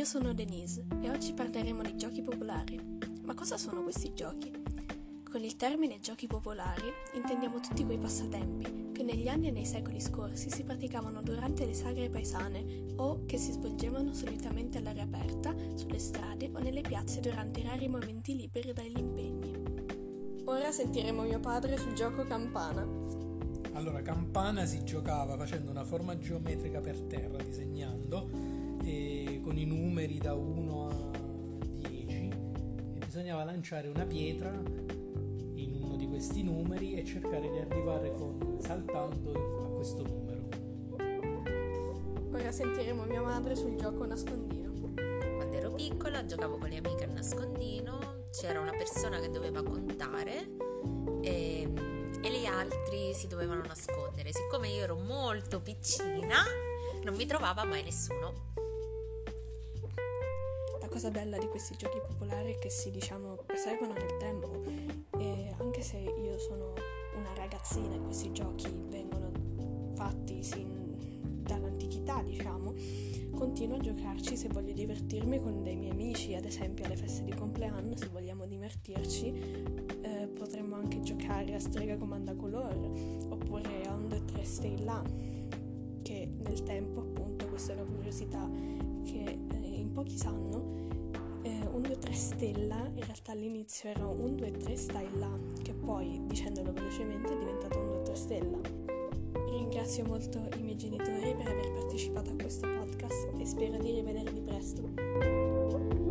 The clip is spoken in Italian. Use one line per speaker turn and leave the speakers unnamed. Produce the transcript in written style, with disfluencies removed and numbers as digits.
io sono Denise e oggi parleremo di giochi popolari. Ma cosa sono questi giochi? Con il termine giochi popolari intendiamo tutti quei passatempi che negli anni e nei secoli scorsi si praticavano durante le sagre paesane o che si svolgevano solitamente all'aria aperta, sulle strade o nelle piazze durante i rari momenti liberi dagli impegni. Ora sentiremo mio padre sul gioco campana.
Allora, campana si giocava facendo una forma geometrica per terra, disegnando e con i numeri da 1 a 10 e bisognava lanciare una pietra in uno di questi numeri e cercare di arrivare saltando a questo numero.
Ora sentiremo mia madre sul gioco nascondino.
Quando ero piccola giocavo con le amiche a nascondino, c'era una persona che doveva contare e gli altri si dovevano nascondere. Siccome io ero molto piccina, non mi trovava mai nessuno.
La cosa bella di questi giochi popolari è che proseguono nel tempo e anche se io sono una ragazzina e questi giochi vengono fatti dall'antichità, continuo a giocarci se voglio divertirmi con dei miei amici, ad esempio alle feste di compleanno. Se vogliamo divertirci potremmo anche giocare a Strega Comanda Color oppure a 1, 2, 3 Stay Là, che nel tempo, appunto, questa è una curiosità che in pochi sanno. 1, 2, 3 Stella in realtà all'inizio era 1, 2, 3 Stai Là, che poi, dicendolo velocemente, è diventato 1, 2, 3 Stella. Ringrazio molto i miei genitori per aver partecipato a questo podcast e spero di rivedervi presto.